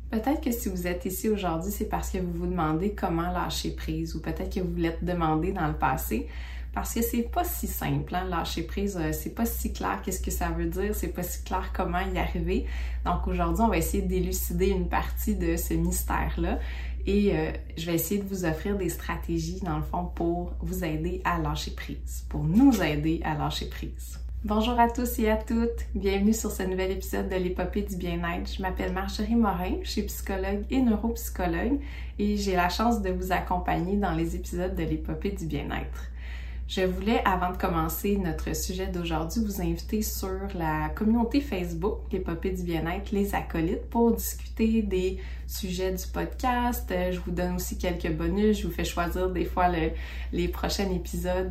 Peut-être que si vous êtes ici aujourd'hui, c'est parce que vous vous demandez comment lâcher prise ou peut-être que vous vous l'êtes demandé dans le passé parce que c'est pas si simple, hein, lâcher prise, c'est pas si clair qu'est-ce que ça veut dire, c'est pas si clair comment y arriver. Donc aujourd'hui, on va essayer d'élucider une partie de ce mystère-là et je vais essayer de vous offrir des stratégies dans le fond pour vous aider à lâcher prise, pour nous aider à lâcher prise. Bonjour à tous et à toutes, bienvenue sur ce nouvel épisode de l'épopée du bien-être. Je m'appelle Marjorie Morin, je suis psychologue et neuropsychologue et j'ai la chance de vous accompagner dans les épisodes de l'épopée du bien-être. Je voulais, avant de commencer notre sujet d'aujourd'hui, vous inviter sur la communauté Facebook, l'épopée du bien-être, les acolytes, pour discuter des sujets du podcast. Je vous donne aussi quelques bonus, je vous fais choisir des fois les prochains épisodes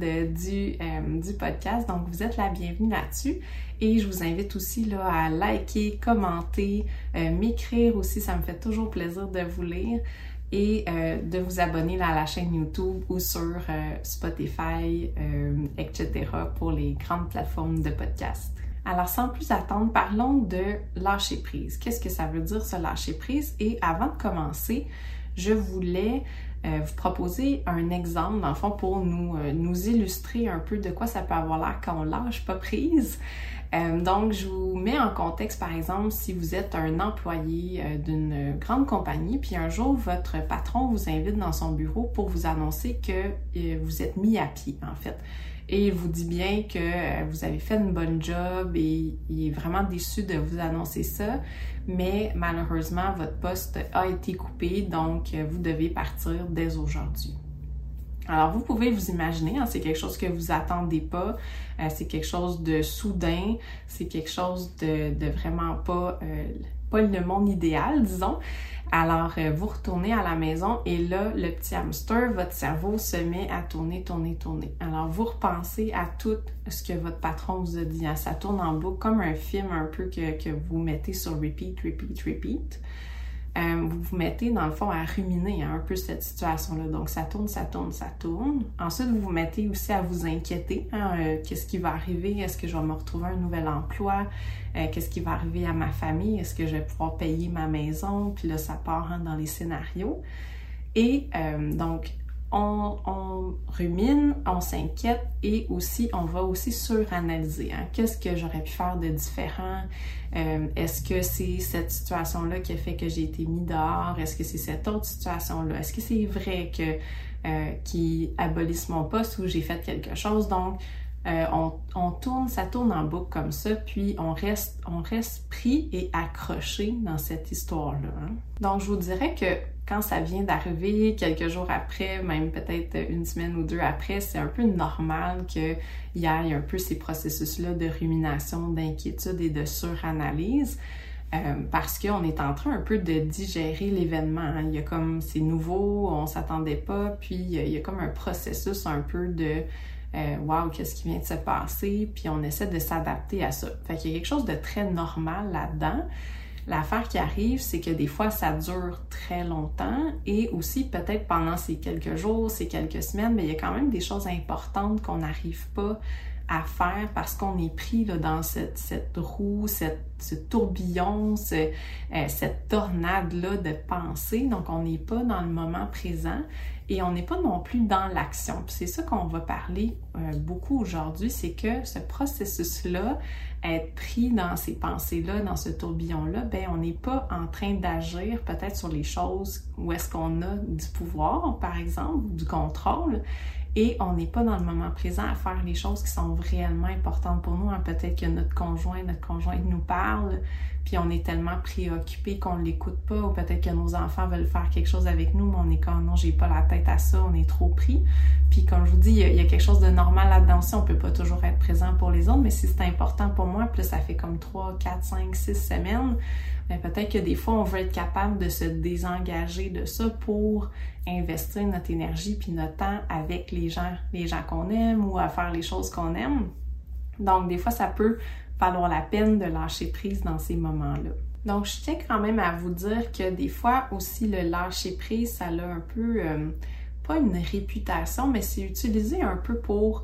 du podcast. Donc, vous êtes la bienvenue là-dessus. Et je vous invite aussi là, à liker, commenter, m'écrire aussi, ça me fait toujours plaisir de vous lire. Et de vous abonner là, à la chaîne YouTube ou sur Spotify, etc. pour les grandes plateformes de podcast. Alors, sans plus attendre, parlons de lâcher prise. Qu'est-ce que ça veut dire, ce lâcher prise? Et avant de commencer, je voulais vous proposer un exemple, dans le fond, pour nous illustrer un peu de quoi ça peut avoir l'air quand on lâche pas prise. Donc, je vous mets en contexte, par exemple, si vous êtes un employé d'une grande compagnie, puis un jour, votre patron vous invite dans son bureau pour vous annoncer que vous êtes mis à pied, en fait. Et il vous dit bien que vous avez fait une bonne job et il est vraiment déçu de vous annoncer ça, mais malheureusement, votre poste a été coupé, donc vous devez partir dès aujourd'hui. Alors, vous pouvez vous imaginer, hein, c'est quelque chose que vous attendez pas, c'est quelque chose de soudain, c'est quelque chose de vraiment pas le monde idéal, disons. Alors, vous retournez à la maison et là, le petit hamster, votre cerveau se met à tourner. Alors, vous repensez à tout ce que votre patron vous a dit. Hein, ça tourne en boucle comme un film un peu que vous mettez sur repeat. Vous vous mettez dans le fond à ruminer un peu cette situation-là. Donc, ça tourne. Ensuite, vous vous mettez aussi à vous inquiéter. Hein, qu'est-ce qui va arriver? Est-ce que je vais me retrouver un nouvel emploi? Qu'est-ce qui va arriver à ma famille? Est-ce que je vais pouvoir payer ma maison? Puis là, ça part dans les scénarios. Et donc, on rumine, on s'inquiète et aussi, on va aussi suranalyser. Hein? Qu'est-ce que j'aurais pu faire de différent? Est-ce que c'est cette situation-là qui a fait que j'ai été mis dehors? Est-ce que c'est cette autre situation-là? Est-ce que c'est vrai qu'ils abolissent mon poste ou j'ai fait quelque chose? Donc, ça tourne en boucle comme ça, puis on reste pris et accroché dans cette histoire-là. Hein? Donc, je vous dirais que quand ça vient d'arriver, quelques jours après, même peut-être une semaine ou deux après, c'est un peu normal qu'il y ait un peu ces processus-là de rumination, d'inquiétude et de suranalyse, parce qu'on est en train un peu de digérer l'événement. Hein. Il y a comme, c'est nouveau, on s'attendait pas, puis il y a comme un processus un peu de wow, qu'est-ce qui vient de se passer, puis on essaie de s'adapter à ça. Fait qu'il y a quelque chose de très normal là-dedans. L'affaire qui arrive, c'est que des fois, ça dure très longtemps et aussi peut-être pendant ces quelques jours, ces quelques semaines, mais il y a quand même des choses importantes qu'on n'arrive pas à faire parce qu'on est pris là, dans cette roue, ce tourbillon, cette tornade-là de pensée. Donc, on n'est pas dans le moment présent et on n'est pas non plus dans l'action. Puis c'est ça qu'on va parler beaucoup aujourd'hui, c'est que ce processus-là, être pris dans ces pensées-là, dans ce tourbillon-là, ben on n'est pas en train d'agir peut-être sur les choses où est-ce qu'on a du pouvoir, par exemple, du contrôle, et on n'est pas dans le moment présent à faire les choses qui sont réellement importantes pour nous. Hein. Peut-être que notre conjointe nous parle, puis on est tellement préoccupé qu'on ne l'écoute pas, ou peut-être que nos enfants veulent faire quelque chose avec nous, mais on est comme non, j'ai pas la tête à ça, on est trop pris. Puis comme je vous dis, il y a quelque chose de normal là-dedans aussi, on peut pas toujours être présent pour les autres, mais si c'est important pour moi, puis là, ça fait comme 3, 4, 5, 6 semaines, bien, peut-être que des fois, on veut être capable de se désengager de ça pour investir notre énergie puis notre temps avec les gens qu'on aime ou à faire les choses qu'on aime. Donc, des fois, ça peut valoir la peine de lâcher prise dans ces moments-là. Donc, je tiens quand même à vous dire que des fois aussi, le lâcher prise, ça a un peu, pas une réputation, mais c'est utilisé un peu pour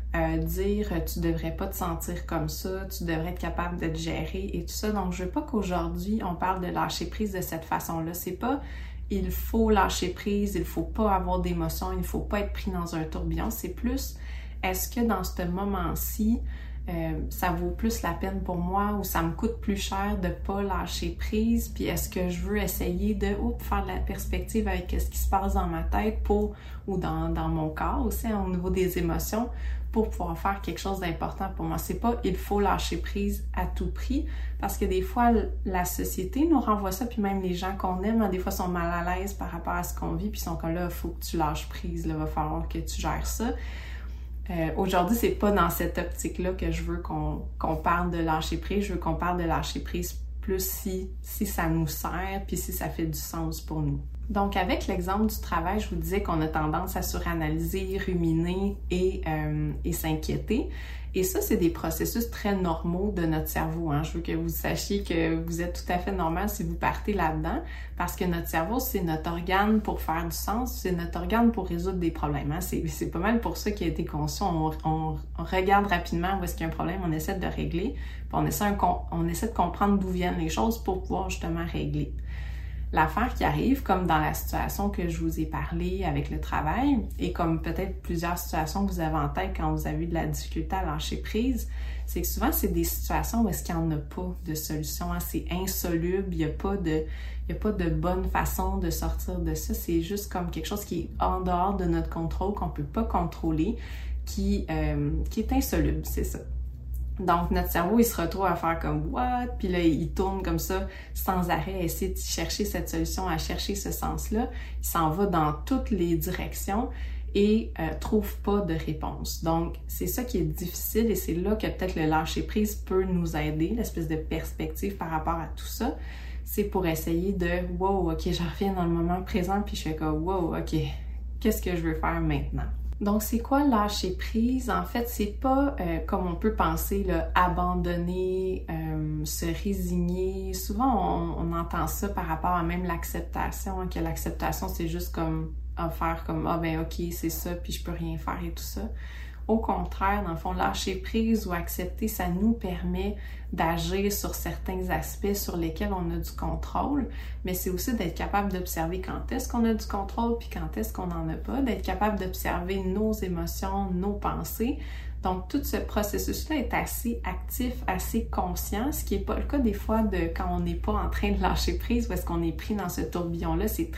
dire tu devrais pas te sentir comme ça, tu devrais être capable de te gérer et tout ça. Donc je veux pas qu'aujourd'hui on parle de lâcher prise de cette façon-là. C'est pas il faut lâcher prise, il faut pas avoir d'émotions, il faut pas être pris dans un tourbillon. C'est plus est-ce que dans ce moment-ci ça vaut plus la peine pour moi ou ça me coûte plus cher de pas lâcher prise, puis est-ce que je veux essayer de faire de la perspective avec ce qui se passe dans ma tête ou dans mon corps aussi, hein, au niveau des émotions, pour pouvoir faire quelque chose d'important pour moi. C'est pas il faut lâcher prise à tout prix, parce que des fois la société nous renvoie ça, puis même les gens qu'on aime, hein, des fois sont mal à l'aise par rapport à ce qu'on vit, puis sont comme là, il faut que tu lâches prise, là, va falloir que tu gères ça. Aujourd'hui, c'est pas dans cette optique-là que je veux qu'on parle de lâcher prise. Je veux qu'on parle de lâcher prise plus si ça nous sert, puis si ça fait du sens pour nous. Donc, avec l'exemple du travail, je vous disais qu'on a tendance à suranalyser, ruminer et s'inquiéter. Et ça, c'est des processus très normaux de notre cerveau, hein. Je veux que vous sachiez que vous êtes tout à fait normal si vous partez là-dedans, parce que notre cerveau, c'est notre organe pour faire du sens, c'est notre organe pour résoudre des problèmes, hein. C'est pas mal pour ça qu'il a été conçu. On regarde rapidement où est-ce qu'il y a un problème, on essaie de le régler, puis on essaie de comprendre d'où viennent les choses pour pouvoir justement régler. L'affaire qui arrive, comme dans la situation que je vous ai parlé avec le travail, et comme peut-être plusieurs situations que vous avez en tête quand vous avez eu de la difficulté à lâcher prise, c'est que souvent, c'est des situations où est-ce qu'il n'y en a pas de solution, hein? C'est insoluble, il n'y a pas de bonne façon de sortir de ça, c'est juste comme quelque chose qui est en dehors de notre contrôle, qu'on ne peut pas contrôler, qui est insoluble, c'est ça. Donc, notre cerveau, il se retrouve à faire comme « what », puis là, il tourne comme ça sans arrêt, à essayer de chercher cette solution, à chercher ce sens-là. Il s'en va dans toutes les directions et trouve pas de réponse. Donc, c'est ça qui est difficile et c'est là que peut-être le lâcher-prise peut nous aider, l'espèce de perspective par rapport à tout ça. C'est pour essayer de « wow, ok, je reviens dans le moment présent », puis je fais comme « wow, ok, qu'est-ce que je veux faire maintenant ?» Donc, c'est quoi lâcher prise? En fait, c'est pas comme on peut penser, là, abandonner, se résigner. Souvent, on entend ça par rapport à même l'acceptation, hein, que l'acceptation, c'est juste comme faire comme « ah ben ok, c'est ça, puis je peux rien faire et tout ça ». Au contraire, dans le fond, lâcher prise ou accepter, ça nous permet d'agir sur certains aspects sur lesquels on a du contrôle, mais c'est aussi d'être capable d'observer quand est-ce qu'on a du contrôle puis quand est-ce qu'on n'en a pas, d'être capable d'observer nos émotions, nos pensées. Donc, tout ce processus-là est assez actif, assez conscient, ce qui n'est pas le cas des fois de quand on n'est pas en train de lâcher prise ou est-ce qu'on est pris dans ce tourbillon-là, c'est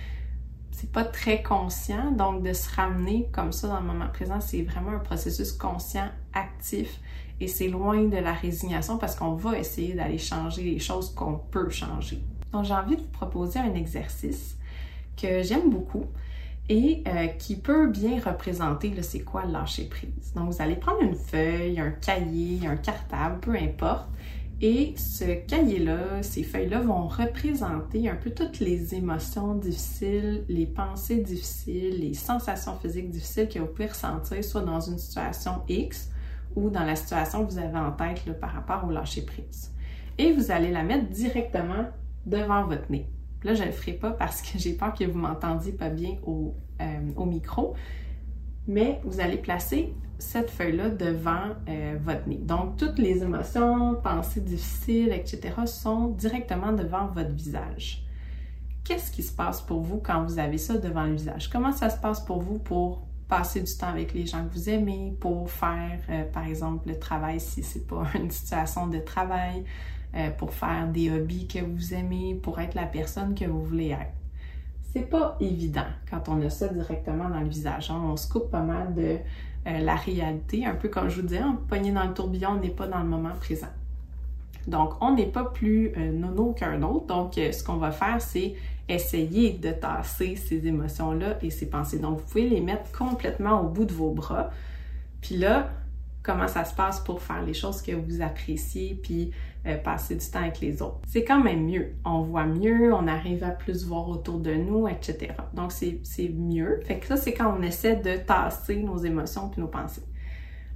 pas très conscient, donc de se ramener comme ça dans le moment présent, c'est vraiment un processus conscient, actif, et c'est loin de la résignation parce qu'on va essayer d'aller changer les choses qu'on peut changer. Donc j'ai envie de vous proposer un exercice que j'aime beaucoup et qui peut bien représenter c'est quoi le lâcher prise. Donc vous allez prendre une feuille, un cahier, un cartable, peu importe. Et ce cahier-là, ces feuilles-là vont représenter un peu toutes les émotions difficiles, les pensées difficiles, les sensations physiques difficiles que vous pouvez ressentir, soit dans une situation X ou dans la situation que vous avez en tête là, par rapport au lâcher-prise. Et vous allez la mettre directement devant votre nez. Là, je ne le ferai pas parce que j'ai peur que vous m'entendiez pas bien au micro, mais vous allez placer cette feuille-là devant votre nez. Donc, toutes les émotions, pensées difficiles, etc. sont directement devant votre visage. Qu'est-ce qui se passe pour vous quand vous avez ça devant le visage? Comment ça se passe pour vous pour passer du temps avec les gens que vous aimez, pour faire, par exemple, le travail si c'est pas une situation de travail, pour faire des hobbies que vous aimez, pour être la personne que vous voulez être? C'est pas évident quand on a ça directement dans le visage, hein? On se coupe pas mal de la réalité, un peu comme je vous disais, pogné dans le tourbillon, on n'est pas dans le moment présent. Donc, on n'est pas plus nono qu'un autre. Donc, ce qu'on va faire, c'est essayer de tasser ces émotions-là et ces pensées. Donc, vous pouvez les mettre complètement au bout de vos bras. Puis là, comment ça se passe pour faire les choses que vous appréciez, puis passer du temps avec les autres. C'est quand même mieux. On voit mieux, on arrive à plus voir autour de nous, etc. Donc, c'est mieux. Fait que ça, c'est quand on essaie de tasser nos émotions puis nos pensées.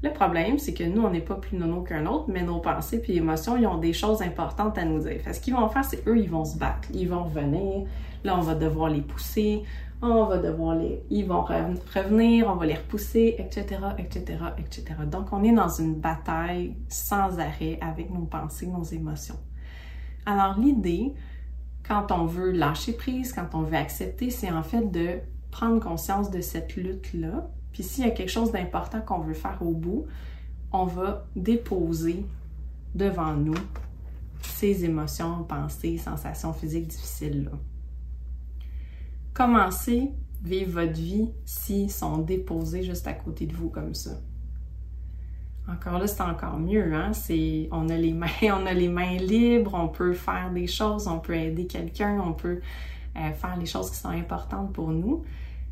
Le problème, c'est que nous, on n'est pas plus nono qu'un autre, mais nos pensées puis émotions, ils ont des choses importantes à nous dire. Fait, ce qu'ils vont faire, c'est eux, ils vont se battre. Ils vont revenir. Là, on va devoir les pousser. Ils vont revenir, on va les repousser, etc., etc., etc. Donc, on est dans une bataille sans arrêt avec nos pensées, nos émotions. Alors, l'idée, quand on veut lâcher prise, quand on veut accepter, c'est en fait de prendre conscience de cette lutte-là. Puis s'il y a quelque chose d'important qu'on veut faire au bout, on va déposer devant nous ces émotions, pensées, sensations physiques difficiles-là. Commencez vivre votre vie s'ils sont déposés juste à côté de vous comme ça. Encore là, c'est encore mieux, hein? On a les mains libres, on peut faire des choses, on peut aider quelqu'un, on peut faire les choses qui sont importantes pour nous.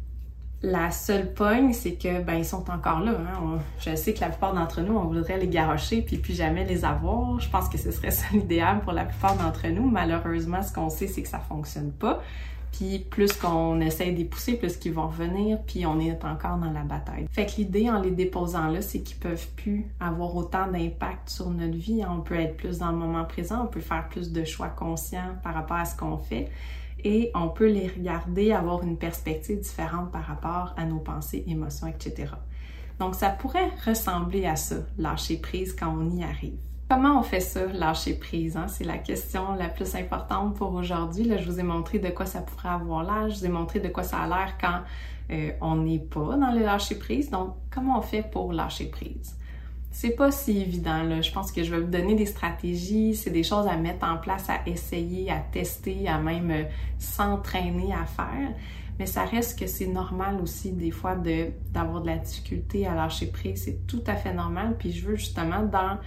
La seule pogne, c'est que, ils sont encore là, hein? Je sais que la plupart d'entre nous, on voudrait les garrocher puis plus jamais les avoir. Je pense que ce serait ça l'idéal pour la plupart d'entre nous. Malheureusement, ce qu'on sait, c'est que ça fonctionne pas. Puis plus qu'on essaie de les pousser, plus qu'ils vont revenir, puis on est encore dans la bataille. Fait que l'idée en les déposant là, c'est qu'ils peuvent plus avoir autant d'impact sur notre vie. On peut être plus dans le moment présent, on peut faire plus de choix conscients par rapport à ce qu'on fait et on peut les regarder, avoir une perspective différente par rapport à nos pensées, émotions, etc. Donc ça pourrait ressembler à ça, lâcher prise quand on y arrive. Comment on fait ça, lâcher prise? Hein? C'est la question la plus importante pour aujourd'hui. Là, je vous ai montré de quoi ça pourrait avoir l'air, je vous ai montré de quoi ça a l'air quand on n'est pas dans le lâcher prise. Donc, comment on fait pour lâcher prise? C'est pas si évident, là. Je pense que je vais vous donner des stratégies, c'est des choses à mettre en place, à essayer, à tester, à même s'entraîner à faire. Mais ça reste que c'est normal aussi, des fois, d'avoir de la difficulté à lâcher prise. C'est tout à fait normal. Puis je veux justement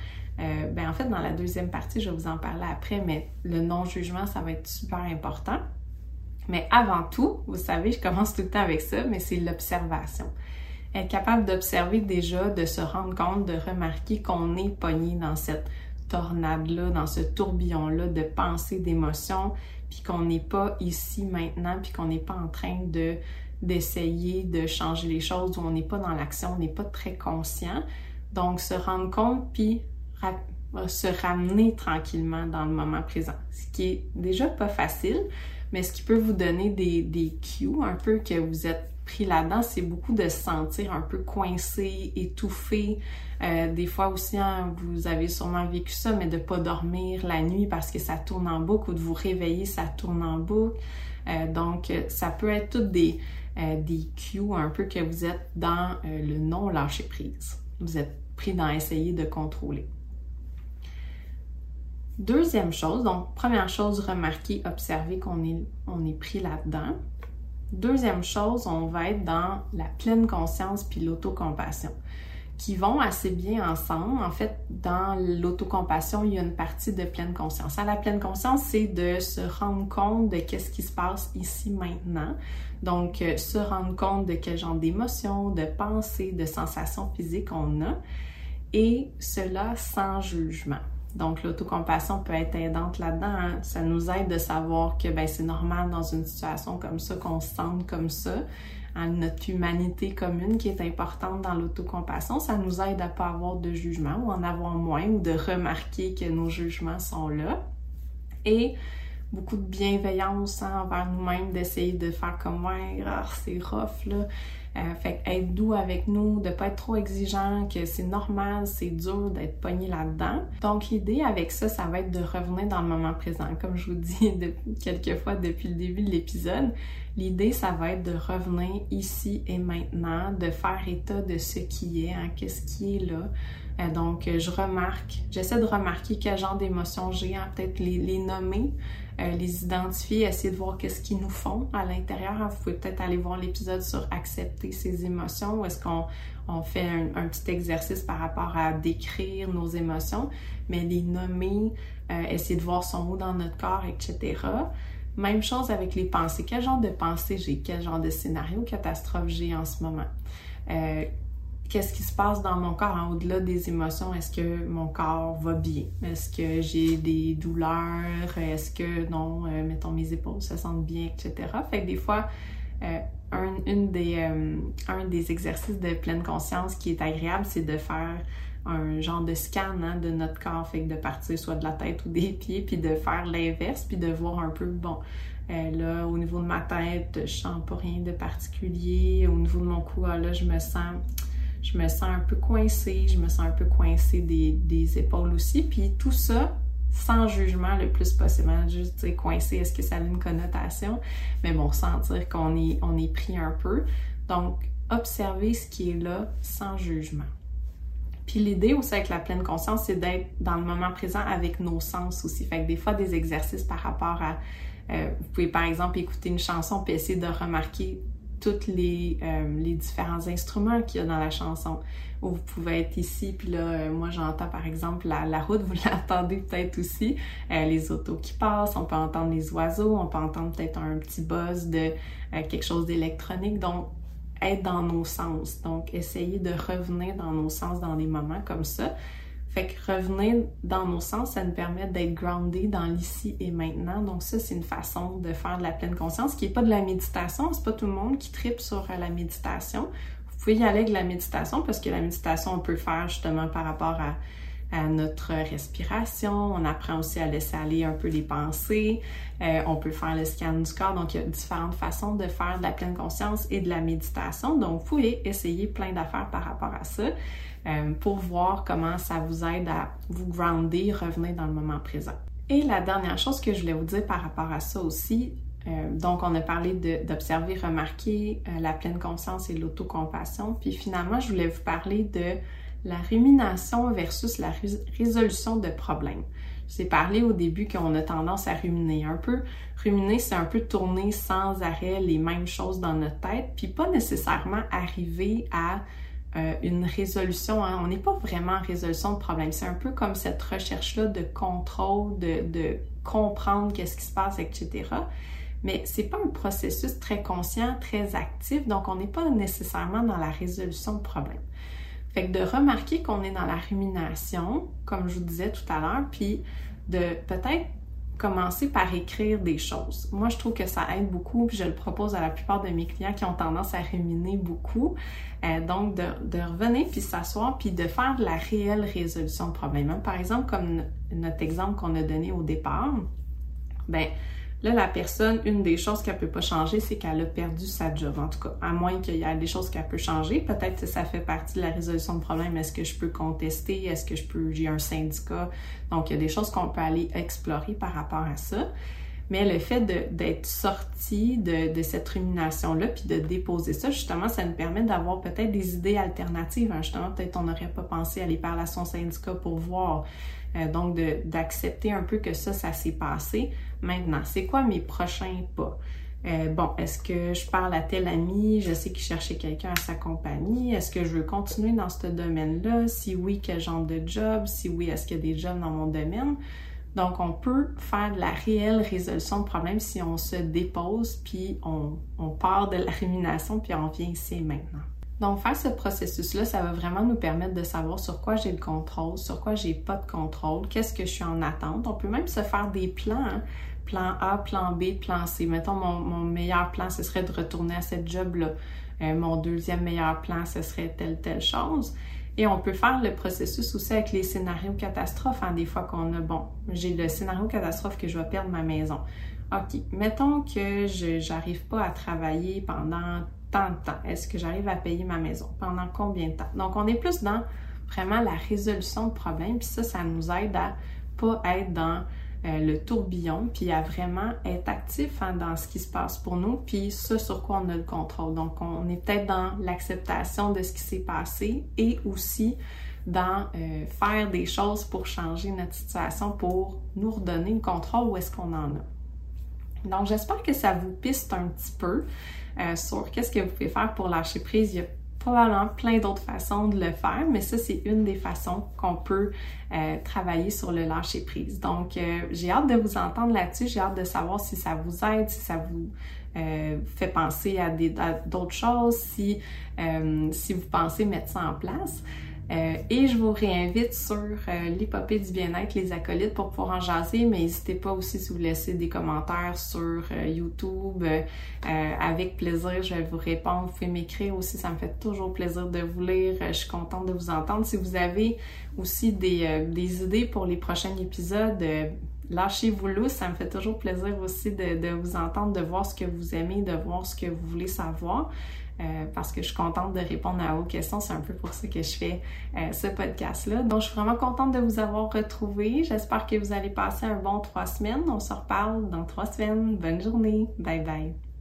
en fait, dans la deuxième partie, je vais vous en parler après, mais le non-jugement, ça va être super important. Mais avant tout, vous savez, je commence tout le temps avec ça, mais c'est l'observation. Être capable d'observer déjà, de se rendre compte, de remarquer qu'on est pogné dans cette tornade-là, dans ce tourbillon-là de pensées, d'émotions, puis qu'on n'est pas ici maintenant, puis qu'on n'est pas en train d'essayer de changer les choses, ou on n'est pas dans l'action, on n'est pas très conscient. Donc, se rendre compte, puis se ramener tranquillement dans le moment présent. Ce qui est déjà pas facile, mais ce qui peut vous donner des cues un peu que vous êtes pris là-dedans, c'est beaucoup de se sentir un peu coincé, étouffé. Des fois aussi, hein, vous avez sûrement vécu ça, mais de pas dormir la nuit parce que ça tourne en boucle ou de vous réveiller, ça tourne en boucle. Donc, ça peut être toutes des cues un peu que vous êtes dans le non-lâcher-prise. Vous êtes pris dans essayer de contrôler. Deuxième chose, donc première chose, remarquer, observer qu'on est pris là-dedans. Deuxième chose, on va être dans la pleine conscience puis l'autocompassion, qui vont assez bien ensemble. En fait, dans l'autocompassion, il y a une partie de pleine conscience. À la pleine conscience, c'est de se rendre compte de qu'est-ce qui se passe ici maintenant. Donc, se rendre compte de quel genre d'émotions, de pensées, de sensations physiques on a, et cela sans jugement. Donc, l'autocompassion peut être aidante là-dedans. Hein? Ça nous aide de savoir que c'est normal dans une situation comme ça qu'on se sente comme ça. Hein? Notre humanité commune qui est importante dans l'autocompassion, ça nous aide à ne pas avoir de jugement ou en avoir moins ou de remarquer que nos jugements sont là. Et beaucoup de bienveillance envers nous-mêmes, d'essayer de faire comme « ouais, c'est rough là ». Fait être doux avec nous, de pas être trop exigeant, que c'est normal, c'est dur d'être pogné là-dedans. Donc l'idée avec ça, ça va être de revenir dans le moment présent. Comme je vous dis quelques fois depuis le début de l'épisode, l'idée, ça va être de revenir ici et maintenant, de faire état de ce qui est, hein, qu'est-ce qui est là. Donc j'essaie de remarquer quel genre d'émotions j'ai, hein, peut-être les nommer, les identifier, essayer de voir qu'est-ce qu'ils nous font à l'intérieur. Vous pouvez peut-être aller voir l'épisode sur accepter ses émotions, où est-ce qu'on fait un petit exercice par rapport à décrire nos émotions, mais les nommer, essayer de voir son mot dans notre corps, etc. Même chose avec les pensées. Quel genre de pensée j'ai? Quel genre de scénario catastrophe j'ai en ce moment? Qu'est-ce qui se passe dans mon corps, hein, au-delà des émotions? Est-ce que mon corps va bien? Est-ce que j'ai des douleurs? Est-ce que non, mettons mes épaules se sentent bien, etc. Fait que des fois, un des exercices de pleine conscience qui est agréable, c'est de faire un genre de scan de notre corps, fait que de partir soit de la tête ou des pieds, puis de faire l'inverse, puis de voir un peu, bon, là, au niveau de ma tête, je sens pas rien de particulier. Au niveau de mon cou, là, je me sens un peu coincée, je me sens un peu coincée des épaules aussi, puis tout ça, sans jugement le plus possible, juste dire coincé, est-ce que ça a une connotation? Mais bon, sentir qu'on est pris un peu. Donc, observer ce qui est là sans jugement. Puis l'idée aussi avec la pleine conscience, c'est d'être dans le moment présent avec nos sens aussi. Fait que des fois, des exercices par rapport à... vous pouvez par exemple écouter une chanson puis essayer de remarquer tous les différents instruments qu'il y a dans la chanson. Ou vous pouvez être ici, puis là, moi j'entends par exemple la route, vous l'entendez peut-être aussi, les autos qui passent, on peut entendre les oiseaux, on peut entendre peut-être un petit buzz de quelque chose d'électronique, donc être dans nos sens. Donc, essayer de revenir dans nos sens dans des moments comme ça. Fait que revenir dans nos sens, ça nous permet d'être groundé dans l'ici et maintenant. Donc ça, c'est une façon de faire de la pleine conscience qui n'est pas de la méditation. C'est pas tout le monde qui tripe sur la méditation. Vous pouvez y aller avec la méditation parce que la méditation, on peut le faire justement par rapport à notre respiration. On apprend aussi à laisser aller un peu les pensées. On peut faire le scan du corps. Donc, il y a différentes façons de faire de la pleine conscience et de la méditation. Donc, vous pouvez essayer plein d'affaires par rapport à ça pour voir comment ça vous aide à vous grounder, revenir dans le moment présent. Et la dernière chose que je voulais vous dire par rapport à ça aussi, donc on a parlé d'observer, remarquer la pleine conscience et l'autocompassion. Puis finalement, je voulais vous parler de la rumination versus la résolution de problèmes. Je vous ai parlé au début qu'on a tendance à ruminer un peu. Ruminer, c'est un peu tourner sans arrêt les mêmes choses dans notre tête, puis pas nécessairement arriver à une résolution. On n'est pas vraiment en résolution de problème. C'est un peu comme cette recherche-là de contrôle, de comprendre qu'est-ce qui se passe, etc. Mais c'est pas un processus très conscient, très actif, donc on n'est pas nécessairement dans la résolution de problème. Fait que de remarquer qu'on est dans la rumination, comme je vous disais tout à l'heure, puis de peut-être commencer par écrire des choses. Moi, je trouve que ça aide beaucoup, puis je le propose à la plupart de mes clients qui ont tendance à ruminer beaucoup. Donc, de revenir, puis s'asseoir, puis de faire de la réelle résolution de problème. Par exemple, comme notre exemple qu'on a donné au départ, ben là, la personne, une des choses qu'elle peut pas changer, c'est qu'elle a perdu sa job. En tout cas, à moins qu'il y ait des choses qu'elle peut changer. Peut-être que ça fait partie de la résolution de problème. Est-ce que je peux contester? Est-ce que j'ai un syndicat? Donc, il y a des choses qu'on peut aller explorer par rapport à ça. Mais le fait d'être sorti de cette rumination-là, puis de déposer ça, justement, ça nous permet d'avoir peut-être des idées alternatives. Justement, peut-être on n'aurait pas pensé aller parler à son syndicat pour voir. Donc, d'accepter un peu que ça s'est passé. Maintenant, c'est quoi mes prochains pas? Bon, est-ce que je parle à tel ami? Je sais qu'il cherchait quelqu'un à sa compagnie. Est-ce que je veux continuer dans ce domaine-là? Si oui, quel genre de job? Si oui, est-ce qu'il y a des jobs dans mon domaine? Donc, on peut faire de la réelle résolution de problème si on se dépose, puis on part de la rumination, puis on vient ici et maintenant. Donc, faire ce processus-là, ça va vraiment nous permettre de savoir sur quoi j'ai le contrôle, sur quoi j'ai pas de contrôle, qu'est-ce que je suis en attente. On peut même se faire des plans, plan A, plan B, plan C. Mettons, mon meilleur plan, ce serait de retourner à cette job-là. Mon deuxième meilleur plan, ce serait telle chose. Et on peut faire le processus aussi avec les scénarios catastrophes. Des fois qu'on a, bon, j'ai le scénario catastrophe que je vais perdre ma maison. OK, mettons que j'arrive pas à travailler pendant tant de temps. Est-ce que j'arrive à payer ma maison? Pendant combien de temps? Donc, on est plus dans vraiment la résolution de problèmes. Puis ça nous aide à pas être dans le tourbillon, puis à vraiment être actif dans ce qui se passe pour nous, puis ce sur quoi on a le contrôle. Donc, on est peut-être dans l'acceptation de ce qui s'est passé et aussi dans faire des choses pour changer notre situation, pour nous redonner le contrôle où est-ce qu'on en a. Donc, j'espère que ça vous piste un petit peu sur qu'est-ce que vous pouvez faire pour lâcher prise. Il y a probablement plein d'autres façons de le faire, mais ça, c'est une des façons qu'on peut travailler sur le lâcher-prise. Donc, j'ai hâte de vous entendre là-dessus. J'ai hâte de savoir si ça vous aide, si ça vous fait penser à d'autres choses, si vous pensez mettre ça en place. Et je vous réinvite sur l'épopée du bien-être, les acolytes, pour pouvoir en jaser, mais n'hésitez pas aussi si vous laissez des commentaires sur YouTube, avec plaisir, je vais vous répondre. Vous pouvez m'écrire aussi, ça me fait toujours plaisir de vous lire, je suis contente de vous entendre. Si vous avez aussi des idées pour les prochains épisodes, lâchez-vous lousse, ça me fait toujours plaisir aussi de vous entendre, de voir ce que vous aimez, de voir ce que vous voulez savoir. Parce que je suis contente de répondre à vos questions. C'est un peu pour ça que je fais ce podcast-là. Donc, je suis vraiment contente de vous avoir retrouvé. J'espère que vous allez passer un bon 3 semaines. On se reparle dans 3 semaines. Bonne journée. Bye bye.